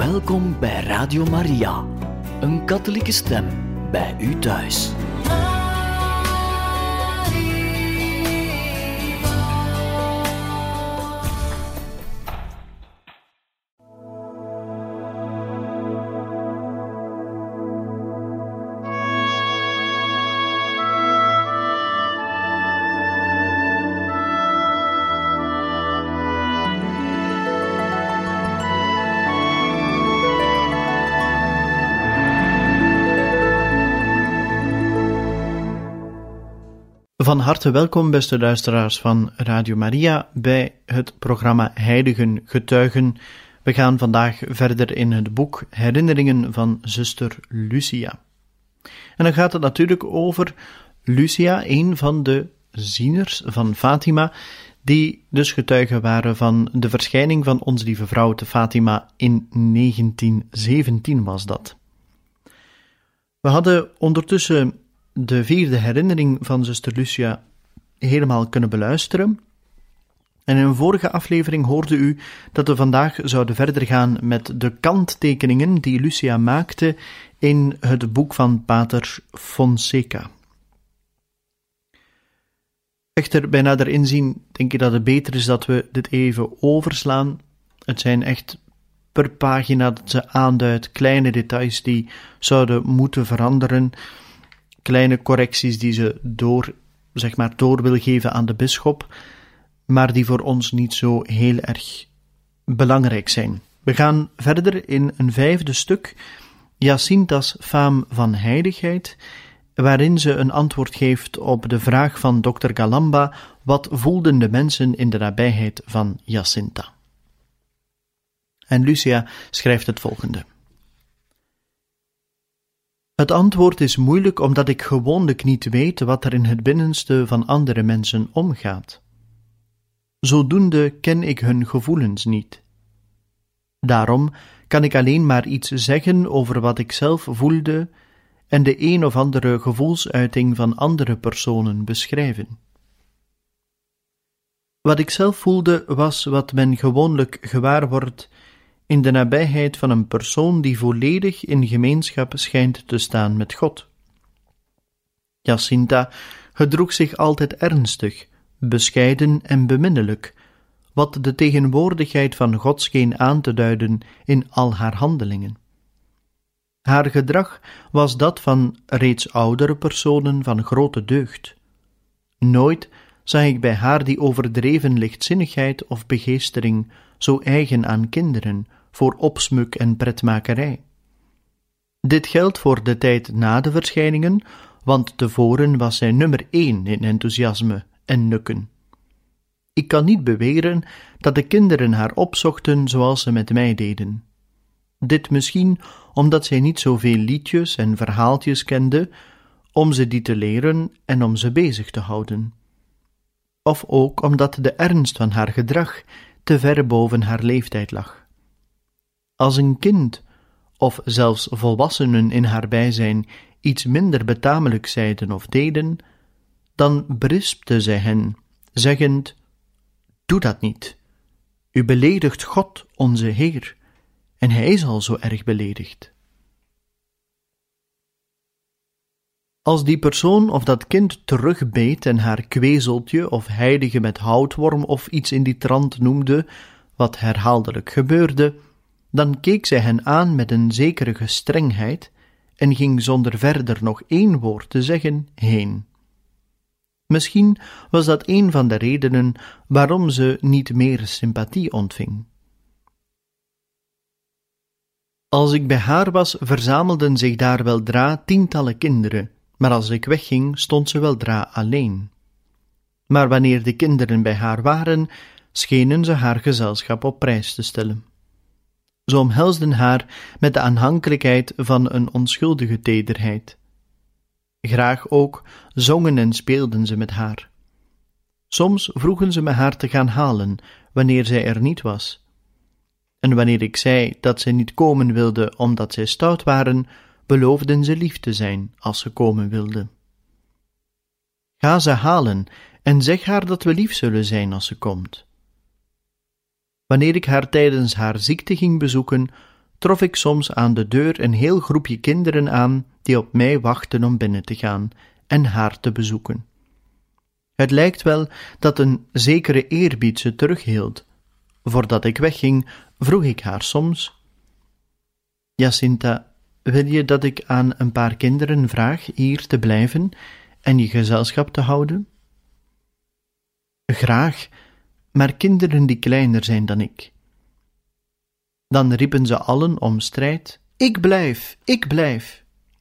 Welkom bij Radio Maria, een katholieke stem bij u thuis. Van harte welkom, beste luisteraars van Radio Maria, bij het programma Heiligen Getuigen. We gaan vandaag verder in het boek Herinneringen van zuster Lucia. En dan gaat het natuurlijk over Lucia, een van de zieners van Fatima, die dus getuigen waren van de verschijning van Ons Lieve Vrouw te Fatima in 1917 was dat. We hadden ondertussen de vierde herinnering van zuster Lucia helemaal kunnen beluisteren. En in een vorige aflevering hoorde u dat we vandaag zouden verder gaan met de kanttekeningen die Lucia maakte in het boek van pater Fonseca. Echter, bij nader inzien denk ik dat het beter is dat we dit even overslaan. Het zijn echt per pagina dat ze aanduidt kleine details die zouden moeten veranderen, kleine correcties die ze door wil geven aan de bisschop, maar die voor ons niet zo heel erg belangrijk zijn. We gaan verder in een vijfde stuk, Jacinta's faam van heiligheid, waarin ze een antwoord geeft op de vraag van dokter Galamba: wat voelden de mensen in de nabijheid van Jacinta? En Lucia schrijft het volgende. Het antwoord is moeilijk omdat ik gewoonlijk niet weet wat er in het binnenste van andere mensen omgaat. Zodoende ken ik hun gevoelens niet. Daarom kan ik alleen maar iets zeggen over wat ik zelf voelde en de een of andere gevoelsuiting van andere personen beschrijven. Wat ik zelf voelde was wat men gewoonlijk gewaar wordt in de nabijheid van een persoon die volledig in gemeenschap schijnt te staan met God. Jacinta gedroeg zich altijd ernstig, bescheiden en beminnelijk, wat de tegenwoordigheid van God scheen aan te duiden in al haar handelingen. Haar gedrag was dat van reeds oudere personen van grote deugd. Nooit zag ik bij haar die overdreven lichtzinnigheid of begeestering, zo eigen aan kinderen, voor opsmuk en pretmakerij. Dit geldt voor de tijd na de verschijningen, want tevoren was zij nummer 1 in enthousiasme en nukken. Ik kan niet beweren dat de kinderen haar opzochten zoals ze met mij deden. Dit misschien omdat zij niet zoveel liedjes en verhaaltjes kende, om ze die te leren en om ze bezig te houden. Of ook omdat de ernst van haar gedrag te ver boven haar leeftijd lag. Als een kind, of zelfs volwassenen in haar bijzijn, iets minder betamelijk zeiden of deden, dan berispte zij hen, zeggend: doe dat niet. U beledigt God, onze Heer, en Hij is al zo erg beledigd. Als die persoon of dat kind terugbeet en haar kwezeltje of heilige met houtworm of iets in die trant noemde, wat herhaaldelijk gebeurde, dan keek zij hen aan met een zekere gestrengheid en ging zonder verder nog 1 woord te zeggen heen. Misschien was dat een van de redenen waarom ze niet meer sympathie ontving. Als ik bij haar was, verzamelden zich daar weldra tientallen kinderen, maar als ik wegging, stond ze weldra alleen. Maar wanneer de kinderen bij haar waren, schenen ze haar gezelschap op prijs te stellen. Ze omhelsden haar met de aanhankelijkheid van een onschuldige tederheid. Graag ook zongen en speelden ze met haar. Soms vroegen ze me haar te gaan halen, wanneer zij er niet was. En wanneer ik zei dat ze niet komen wilde omdat zij stout waren, beloofden ze lief te zijn als ze komen wilde. Ga ze halen en zeg haar dat we lief zullen zijn als ze komt. Wanneer ik haar tijdens haar ziekte ging bezoeken, trof ik soms aan de deur een heel groepje kinderen aan die op mij wachten om binnen te gaan en haar te bezoeken. Het lijkt wel dat een zekere eerbied ze terughield. Voordat ik wegging, vroeg ik haar soms: Jacinta, wil je dat ik aan een paar kinderen vraag hier te blijven en je gezelschap te houden? Graag, maar kinderen die kleiner zijn dan ik. Dan riepen ze allen om strijd: Ik blijf, ik blijf.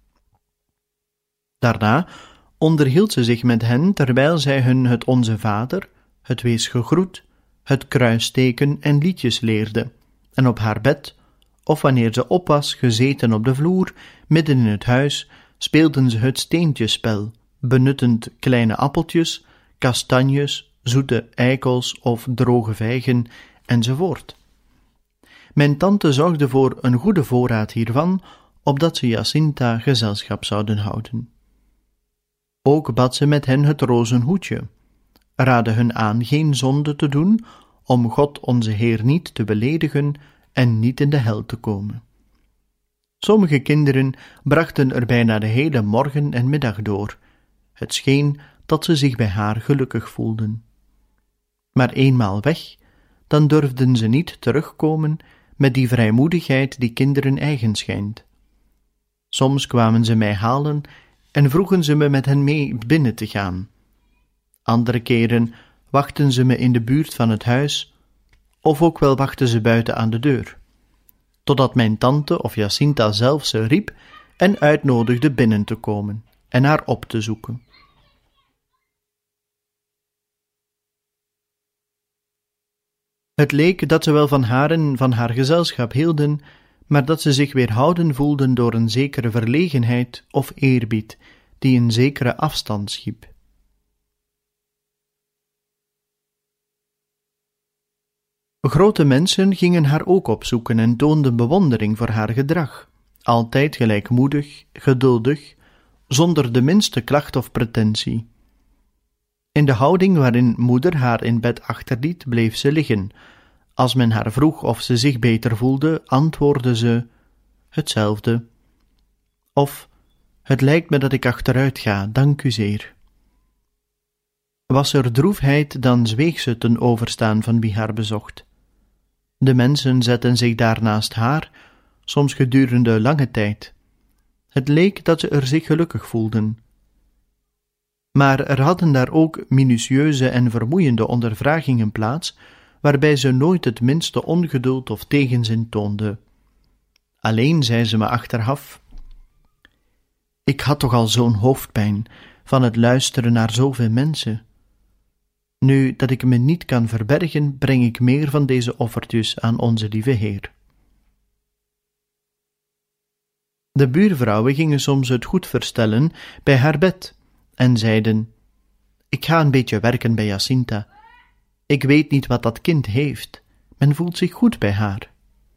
Daarna onderhield ze zich met hen terwijl zij hun het Onze Vader, het Wees gegroet, het kruisteken en liedjes leerde, en op haar bed, of wanneer ze op was, gezeten op de vloer, midden in het huis, speelden ze het steentjespel, benuttend kleine appeltjes, kastanjes, zoete eikels of droge vijgen, enzovoort. Mijn tante zorgde voor een goede voorraad hiervan, opdat ze Jacinta gezelschap zouden houden. Ook bad ze met hen het rozenhoedje, raadde hun aan geen zonde te doen, om God onze Heer niet te beledigen en niet in de hel te komen. Sommige kinderen brachten er bijna de hele morgen en middag door. Het scheen dat ze zich bij haar gelukkig voelden. Maar eenmaal weg, dan durfden ze niet terugkomen met die vrijmoedigheid die kinderen eigen schijnt. Soms kwamen ze mij halen en vroegen ze me met hen mee binnen te gaan. Andere keren wachten ze me in de buurt van het huis, of ook wel wachten ze buiten aan de deur, totdat mijn tante of Jacinta zelf ze riep en uitnodigde binnen te komen en haar op te zoeken. Het leek dat ze wel van haar en van haar gezelschap hielden, maar dat ze zich weerhouden voelden door een zekere verlegenheid of eerbied, die een zekere afstand schiep. Grote mensen gingen haar ook opzoeken en toonden bewondering voor haar gedrag, altijd gelijkmoedig, geduldig, zonder de minste klacht of pretentie. In de houding waarin moeder haar in bed achterliet, bleef ze liggen. Als men haar vroeg of ze zich beter voelde, antwoordde ze: hetzelfde. Of: het lijkt me dat ik achteruit ga, dank u zeer. Was er droefheid, dan zweeg ze ten overstaan van wie haar bezocht. De mensen zetten zich daar naast haar, soms gedurende lange tijd. Het leek dat ze er zich gelukkig voelden. Maar er hadden daar ook minutieuze en vermoeiende ondervragingen plaats, waarbij ze nooit het minste ongeduld of tegenzin toonde. Alleen zei ze me achteraf: ik had toch al zo'n hoofdpijn van het luisteren naar zoveel mensen. Nu dat ik me niet kan verbergen, breng ik meer van deze offertjes aan onze lieve Heer. De buurvrouwen gingen soms het goed verstellen bij haar bed en zeiden: ik ga een beetje werken bij Jacinta. Ik weet niet wat dat kind heeft. Men voelt zich goed bij haar.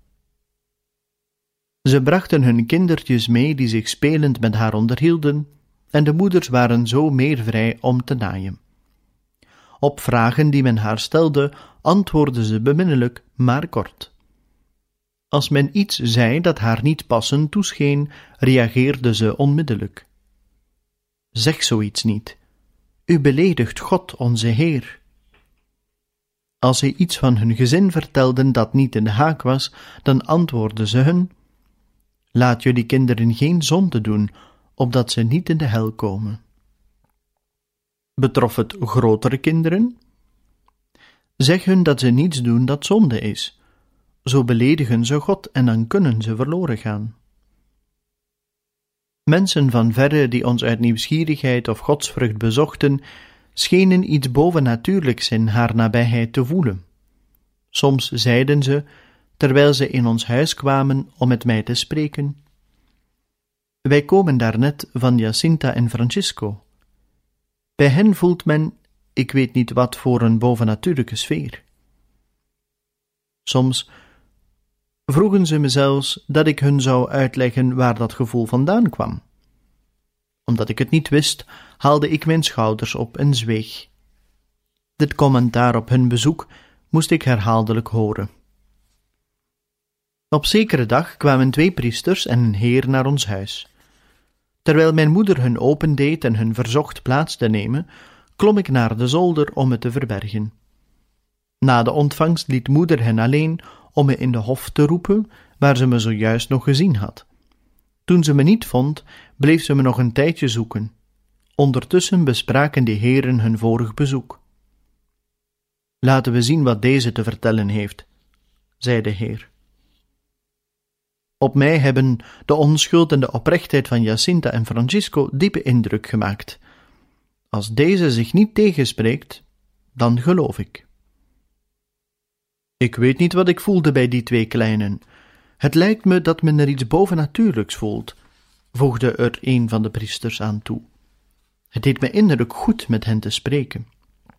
Ze brachten hun kindertjes mee die zich spelend met haar onderhielden, en de moeders waren zo meer vrij om te naaien. Op vragen die men haar stelde, antwoordde ze beminnelijk, maar kort. Als men iets zei dat haar niet passend toescheen, reageerde ze onmiddellijk. Zeg zoiets niet. U beledigt God, onze Heer. Als ze iets van hun gezin vertelden dat niet in de haak was, dan antwoordde ze hun: laat jullie kinderen geen zonde doen, opdat ze niet in de hel komen. Betrof het grotere kinderen? Zeg hun dat ze niets doen dat zonde is. Zo beledigen ze God en dan kunnen ze verloren gaan. Mensen van verre die ons uit nieuwsgierigheid of godsvrucht bezochten, schenen iets bovennatuurlijks in haar nabijheid te voelen. Soms zeiden ze, terwijl ze in ons huis kwamen om met mij te spreken: wij komen daarnet van Jacinta en Francisco. Bij hen voelt men, ik weet niet wat voor een bovennatuurlijke sfeer. Soms vroegen ze me zelfs dat ik hun zou uitleggen waar dat gevoel vandaan kwam. Omdat ik het niet wist, haalde ik mijn schouders op en zweeg. Dit commentaar op hun bezoek moest ik herhaaldelijk horen. Op zekere dag kwamen 2 priesters en een heer naar ons huis. Terwijl mijn moeder hun opendeed en hun verzocht plaats te nemen, klom ik naar de zolder om me te verbergen. Na de ontvangst liet moeder hen alleen om me in de hof te roepen, waar ze me zojuist nog gezien had. Toen ze me niet vond, bleef ze me nog een tijdje zoeken. Ondertussen bespraken de heren hun vorig bezoek. Laten we zien wat deze te vertellen heeft, zei de heer. Op mij hebben de onschuld en de oprechtheid van Jacinta en Francisco diepe indruk gemaakt. Als deze zich niet tegenspreekt, dan geloof ik. Ik weet niet wat ik voelde bij die 2 kleinen. Het lijkt me dat men er iets bovennatuurlijks voelt, voegde er een van de priesters aan toe. Het deed me innerlijk goed met hen te spreken.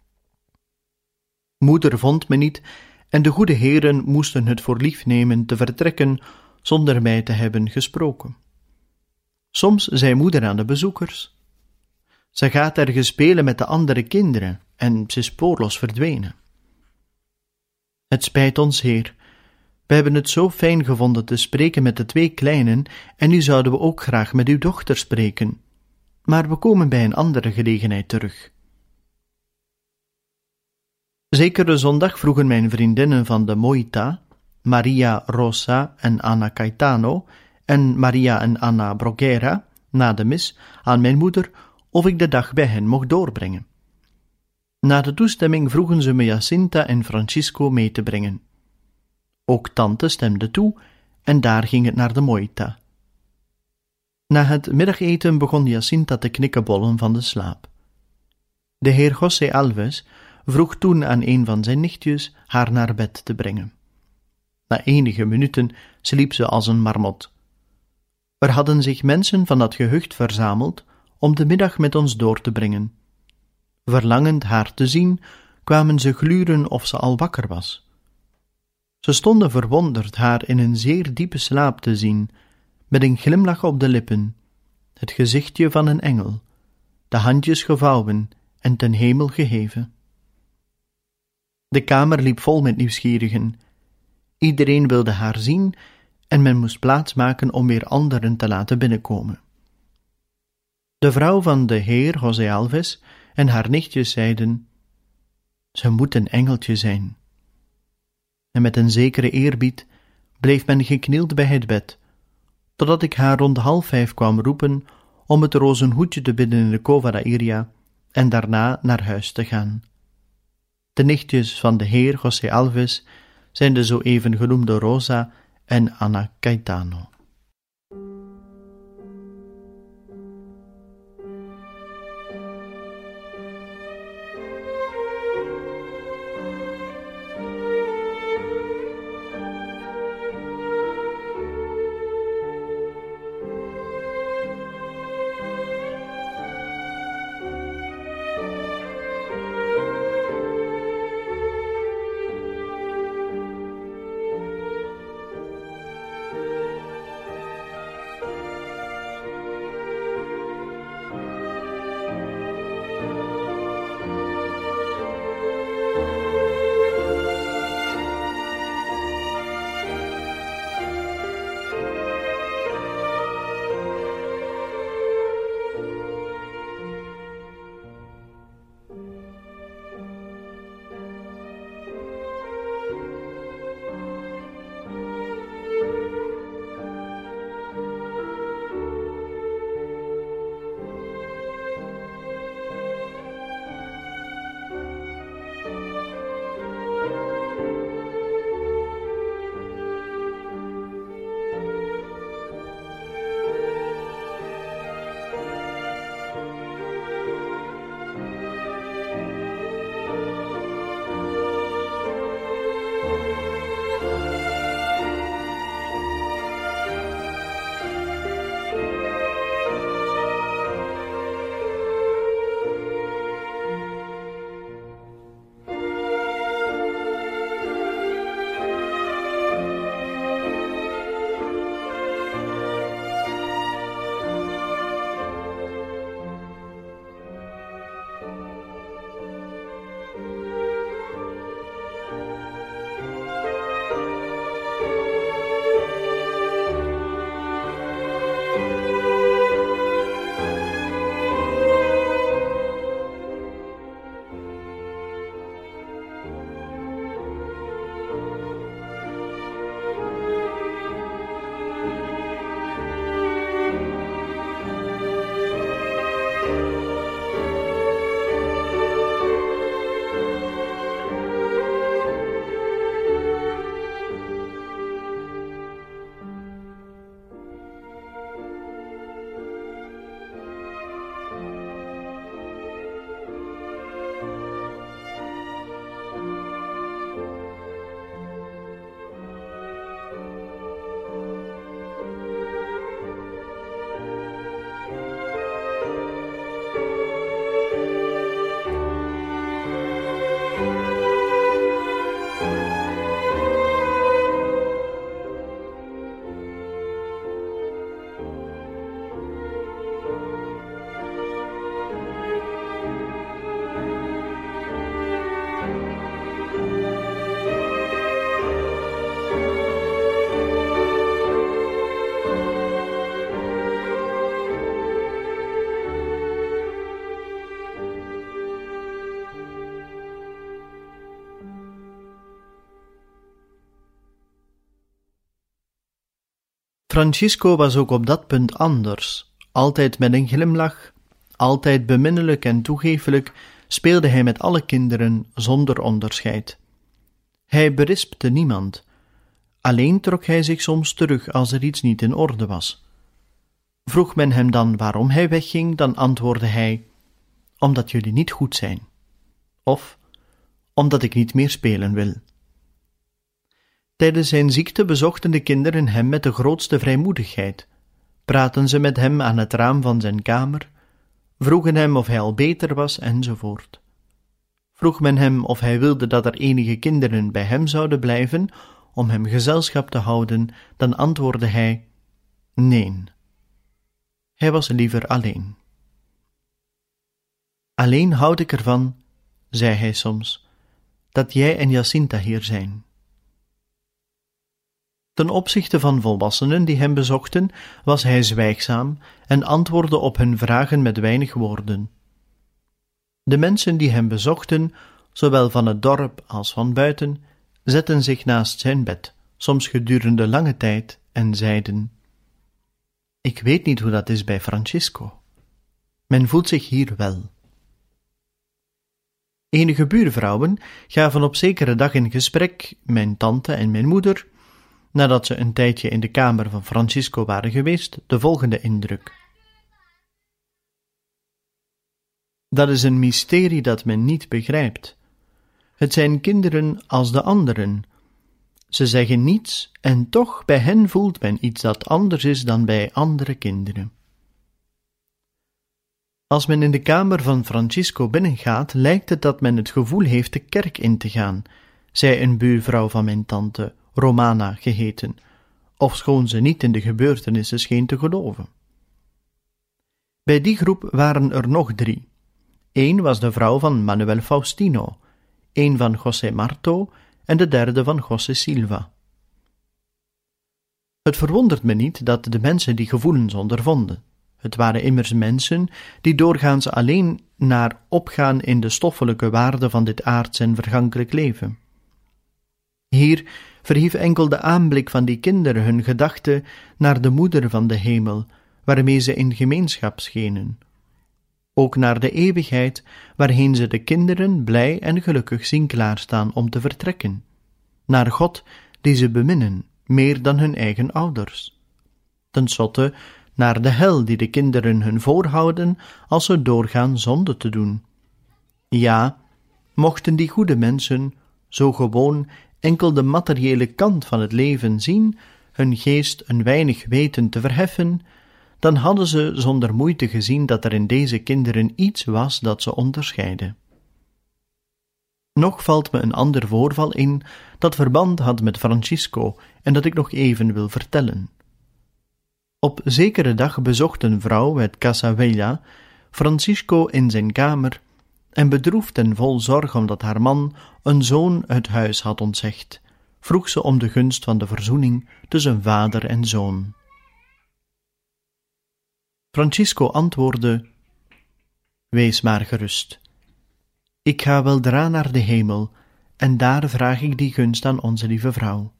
Moeder vond me niet en de goede heren moesten het voor lief nemen te vertrekken zonder mij te hebben gesproken. Soms zei moeder aan de bezoekers: ze gaat ergens spelen met de andere kinderen en ze is spoorloos verdwenen. Het spijt ons, heer. We hebben het zo fijn gevonden te spreken met de 2 kleinen en nu zouden we ook graag met uw dochter spreken. Maar we komen bij een andere gelegenheid terug. Zekere zondag vroegen mijn vriendinnen van de Moita, Maria Rosa en Anna Caetano en Maria en Anna Bruguera, na de mis, aan mijn moeder of ik de dag bij hen mocht doorbrengen. Na de toestemming vroegen ze me Jacinta en Francisco mee te brengen. Ook tante stemde toe en daar ging het naar de Moita. Na het middageten begon Jacinta te knikkebollen van de slaap. De heer José Alves vroeg toen aan een van zijn nichtjes haar naar bed te brengen. Na enige minuten sliep ze als een marmot. Er hadden zich mensen van dat gehucht verzameld om de middag met ons door te brengen. Verlangend haar te zien, kwamen ze gluren of ze al wakker was. Ze stonden verwonderd haar in een zeer diepe slaap te zien, met een glimlach op de lippen, het gezichtje van een engel, de handjes gevouwen en ten hemel geheven. De kamer liep vol met nieuwsgierigen. Iedereen wilde haar zien en men moest plaats maken om weer anderen te laten binnenkomen. De vrouw van de heer José Alves en haar nichtjes zeiden: ze moet een engeltje zijn. En met een zekere eerbied bleef men geknield bij het bed, totdat ik haar rond 4:30 kwam roepen om het rozenhoedje te bidden in de Cova da Iria en daarna naar huis te gaan. De nichtjes van de heer José Alves zijn de zo even genoemde Rosa en Anna Caetano. Francisco was ook op dat punt anders. Altijd met een glimlach, altijd beminnelijk en toegeeflijk, speelde hij met alle kinderen zonder onderscheid. Hij berispte niemand. Alleen trok hij zich soms terug als er iets niet in orde was. Vroeg men hem dan waarom hij wegging, dan antwoordde hij: omdat jullie niet goed zijn. Of omdat ik niet meer spelen wil. Tijdens zijn ziekte bezochten de kinderen hem met de grootste vrijmoedigheid, praten ze met hem aan het raam van zijn kamer, vroegen hem of hij al beter was, enzovoort. Vroeg men hem of hij wilde dat er enige kinderen bij hem zouden blijven, om hem gezelschap te houden, dan antwoordde hij: nee. Hij was liever alleen. Alleen houd ik ervan, zei hij soms, dat jij en Jacinta hier zijn. Ten opzichte van volwassenen die hem bezochten, was hij zwijgzaam en antwoordde op hun vragen met weinig woorden. De mensen die hem bezochten, zowel van het dorp als van buiten, zetten zich naast zijn bed, soms gedurende lange tijd, en zeiden: ik weet niet hoe dat is bij Francisco. Men voelt zich hier wel. Enige buurvrouwen gaven op zekere dag in gesprek, mijn tante en mijn moeder, nadat ze een tijdje in de kamer van Francisco waren geweest, de volgende indruk: dat is een mysterie dat men niet begrijpt. Het zijn kinderen als de anderen. Ze zeggen niets en toch bij hen voelt men iets dat anders is dan bij andere kinderen. Als men in de kamer van Francisco binnengaat, lijkt het dat men het gevoel heeft de kerk in te gaan, zei een buurvrouw van mijn tante, Romana geheten, ofschoon ze niet in de gebeurtenissen scheen te geloven. Bij die groep waren er nog 3. 1 was de vrouw van Manuel Faustino, 1 van José Marto en de derde van José Silva. Het verwondert me niet dat de mensen die gevoelens ondervonden. Het waren immers mensen die doorgaans alleen naar opgaan in de stoffelijke waarde van dit aards en vergankelijk leven. Hier verhief enkel de aanblik van die kinderen hun gedachte naar de moeder van de hemel, waarmee ze in gemeenschap schenen. Ook naar de eeuwigheid, waarheen ze de kinderen blij en gelukkig zien klaarstaan om te vertrekken. Naar God, die ze beminnen, meer dan hun eigen ouders. Ten slotte, naar de hel die de kinderen hun voorhouden als ze doorgaan zonde te doen. Ja, mochten die goede mensen, zo gewoon, enkel de materiële kant van het leven zien, hun geest een weinig weten te verheffen, dan hadden ze zonder moeite gezien dat er in deze kinderen iets was dat ze onderscheidde. Nog valt me een ander voorval in dat verband had met Francisco en dat ik nog even wil vertellen. Op zekere dag bezocht een vrouw uit Casa Vella Francisco in zijn kamer en bedroefd en vol zorg omdat haar man een zoon het huis had ontzegd, vroeg ze om de gunst van de verzoening tussen vader en zoon. Francisco antwoordde: wees maar gerust. Ik ga weldra naar de hemel en daar vraag ik die gunst aan onze lieve vrouw.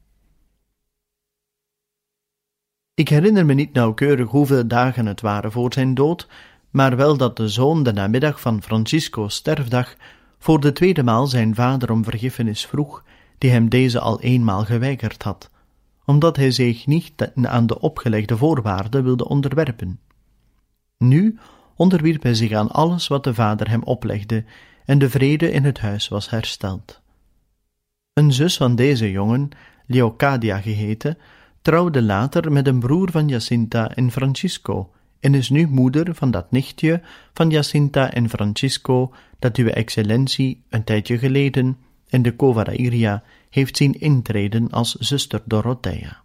Ik herinner me niet nauwkeurig hoeveel dagen het waren voor zijn dood, maar wel dat de zoon de namiddag van Francisco's sterfdag voor de tweede maal zijn vader om vergiffenis vroeg, die hem deze al eenmaal geweigerd had, omdat hij zich niet aan de opgelegde voorwaarden wilde onderwerpen. Nu onderwierp hij zich aan alles wat de vader hem oplegde en de vrede in het huis was hersteld. Een zus van deze jongen, Leocadia geheten, trouwde later met een broer van Jacinta en Francisco en is nu moeder van dat nichtje van Jacinta en Francisco dat uw excellentie een tijdje geleden in de Covarairia heeft zien intreden als zuster Dorothea.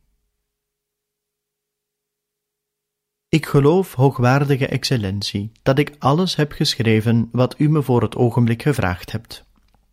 Ik geloof, hoogwaardige excellentie, dat ik alles heb geschreven wat u me voor het ogenblik gevraagd hebt.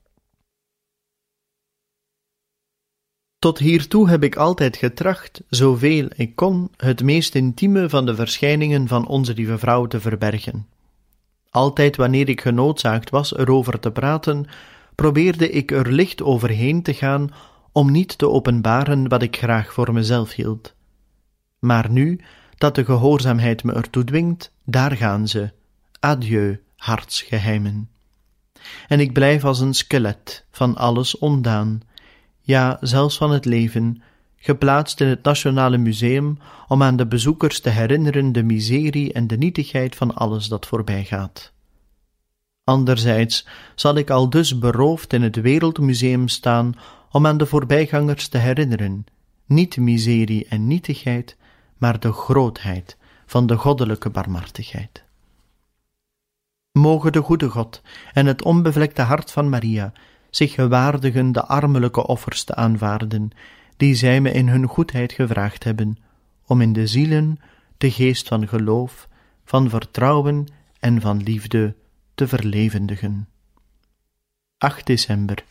Tot hiertoe heb ik altijd getracht, zoveel ik kon, het meest intieme van de verschijningen van onze lieve vrouw te verbergen. Altijd wanneer ik genoodzaakt was erover te praten, probeerde ik er licht overheen te gaan om niet te openbaren wat ik graag voor mezelf hield. Maar nu dat de gehoorzaamheid me ertoe dwingt, daar gaan ze. Adieu, hartsgeheimen. En ik blijf als een skelet van alles ontdaan, ja, zelfs van het leven, geplaatst in het Nationale Museum om aan de bezoekers te herinneren de miserie en de nietigheid van alles dat voorbij gaat. Anderzijds zal ik al dus beroofd in het Wereldmuseum staan om aan de voorbijgangers te herinneren, niet miserie en nietigheid, maar de grootheid van de goddelijke barmhartigheid. Moge de goede God en het onbevlekte hart van Maria zich gewaardigen de armelijke offers te aanvaarden, die zij me in hun goedheid gevraagd hebben, om in de zielen de geest van geloof, van vertrouwen en van liefde te verlevendigen. 8 december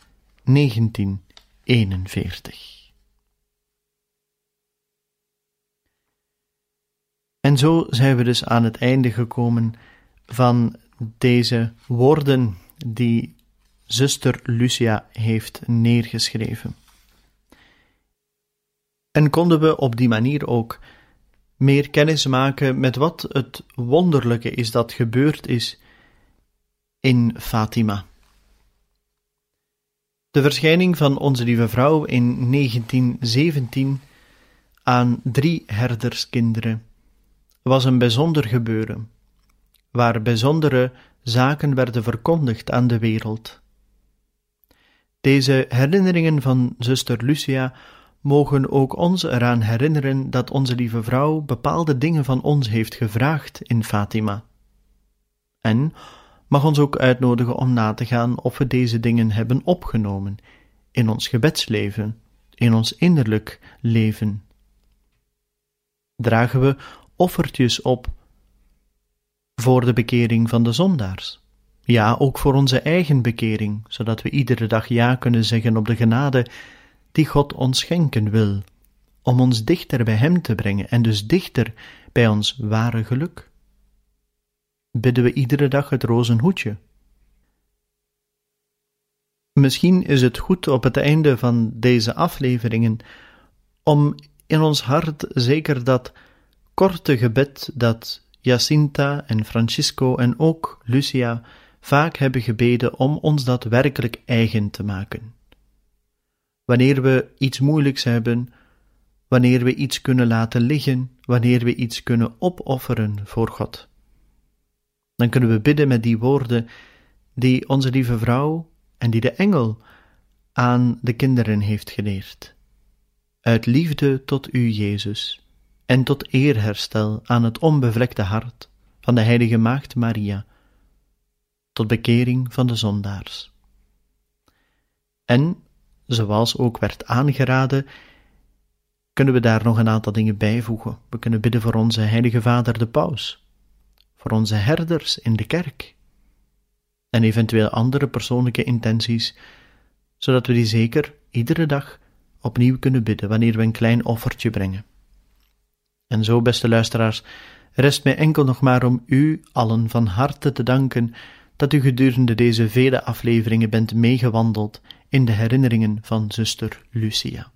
1941. En zo zijn we dus aan het einde gekomen van deze woorden die zuster Lucia heeft neergeschreven. En konden we op die manier ook meer kennis maken met wat het wonderlijke is dat gebeurd is in Fatima. De verschijning van Onze Lieve Vrouw in 1917 aan 3 herderskinderen was een bijzonder gebeuren, waar bijzondere zaken werden verkondigd aan de wereld. Deze herinneringen van zuster Lucia mogen ook ons eraan herinneren dat Onze Lieve Vrouw bepaalde dingen van ons heeft gevraagd in Fatima. En mag ons ook uitnodigen om na te gaan of we deze dingen hebben opgenomen in ons gebedsleven, in ons innerlijk leven. Dragen we offertjes op voor de bekering van de zondaars? Ja, ook voor onze eigen bekering, zodat we iedere dag ja kunnen zeggen op de genade die God ons schenken wil, om ons dichter bij Hem te brengen en dus dichter bij ons ware geluk. Bidden we iedere dag het rozenhoedje? Misschien is het goed op het einde van deze afleveringen om in ons hart zeker dat korte gebed dat Jacinta en Francisco en ook Lucia vaak hebben gebeden om ons dat werkelijk eigen te maken. Wanneer we iets moeilijks hebben, wanneer we iets kunnen laten liggen, wanneer we iets kunnen opofferen voor God, dan kunnen we bidden met die woorden die Onze Lieve Vrouw en die de engel aan de kinderen heeft geleerd. Uit liefde tot U, Jezus, en tot eerherstel aan het onbevlekte hart van de heilige Maagd Maria, tot bekering van de zondaars. En, zoals ook werd aangeraden, kunnen we daar nog een aantal dingen bijvoegen. We kunnen bidden voor onze heilige Vader de Paus, voor onze herders in de kerk, en eventueel andere persoonlijke intenties, zodat we die zeker iedere dag opnieuw kunnen bidden wanneer we een klein offertje brengen. En zo, beste luisteraars, rest mij enkel nog maar om u allen van harte te danken dat u gedurende deze vele afleveringen bent meegewandeld in de herinneringen van zuster Lucia.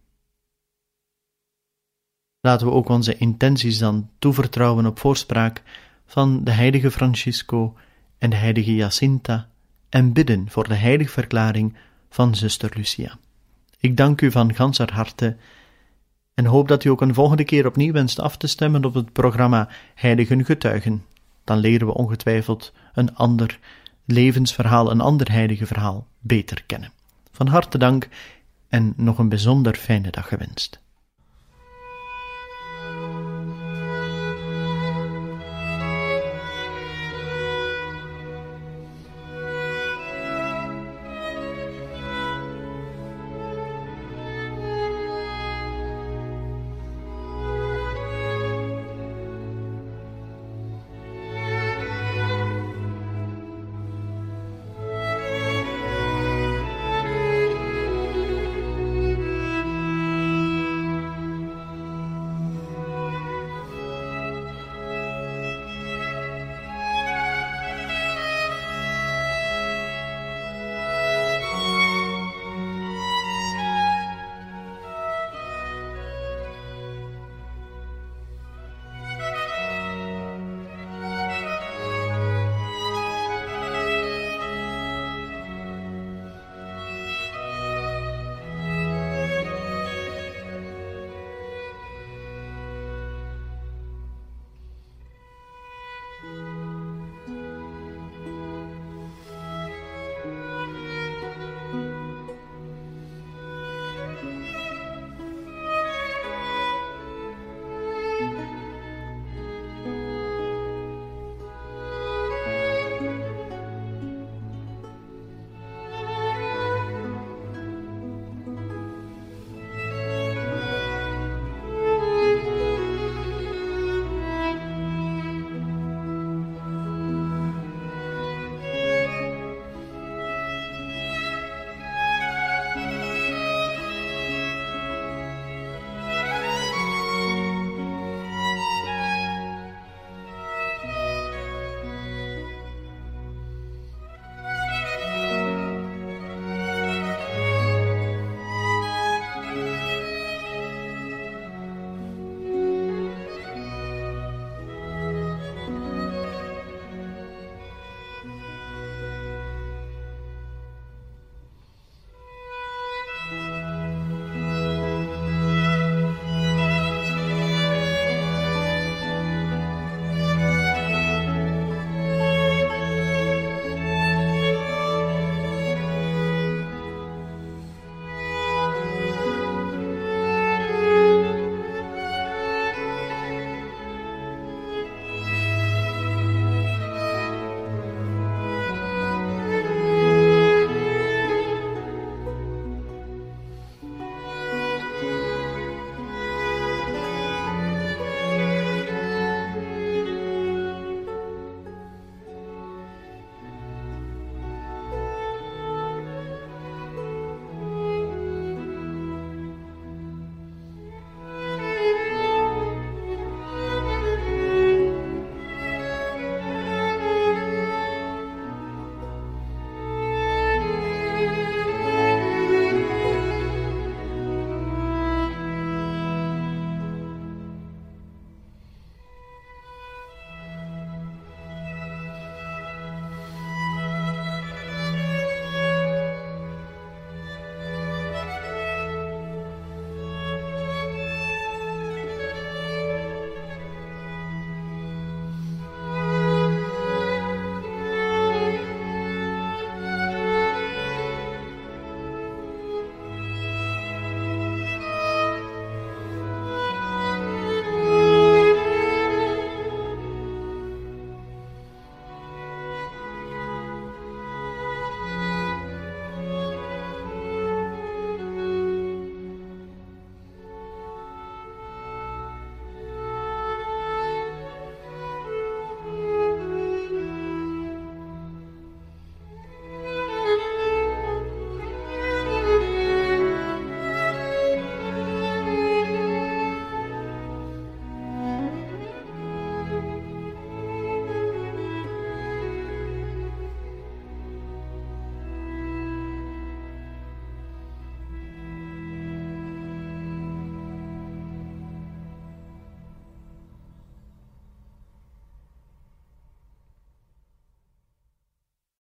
Laten we ook onze intenties dan toevertrouwen op voorspraak van de heilige Francisco en de heilige Jacinta en bidden voor de heiligverklaring van zuster Lucia. Ik dank u van ganser harte en hoop dat u ook een volgende keer opnieuw wenst af te stemmen op het programma Heiligen Getuigen. Dan leren we ongetwijfeld een ander levensverhaal, een ander heilige verhaal beter kennen. Van harte dank en nog een bijzonder fijne dag gewenst.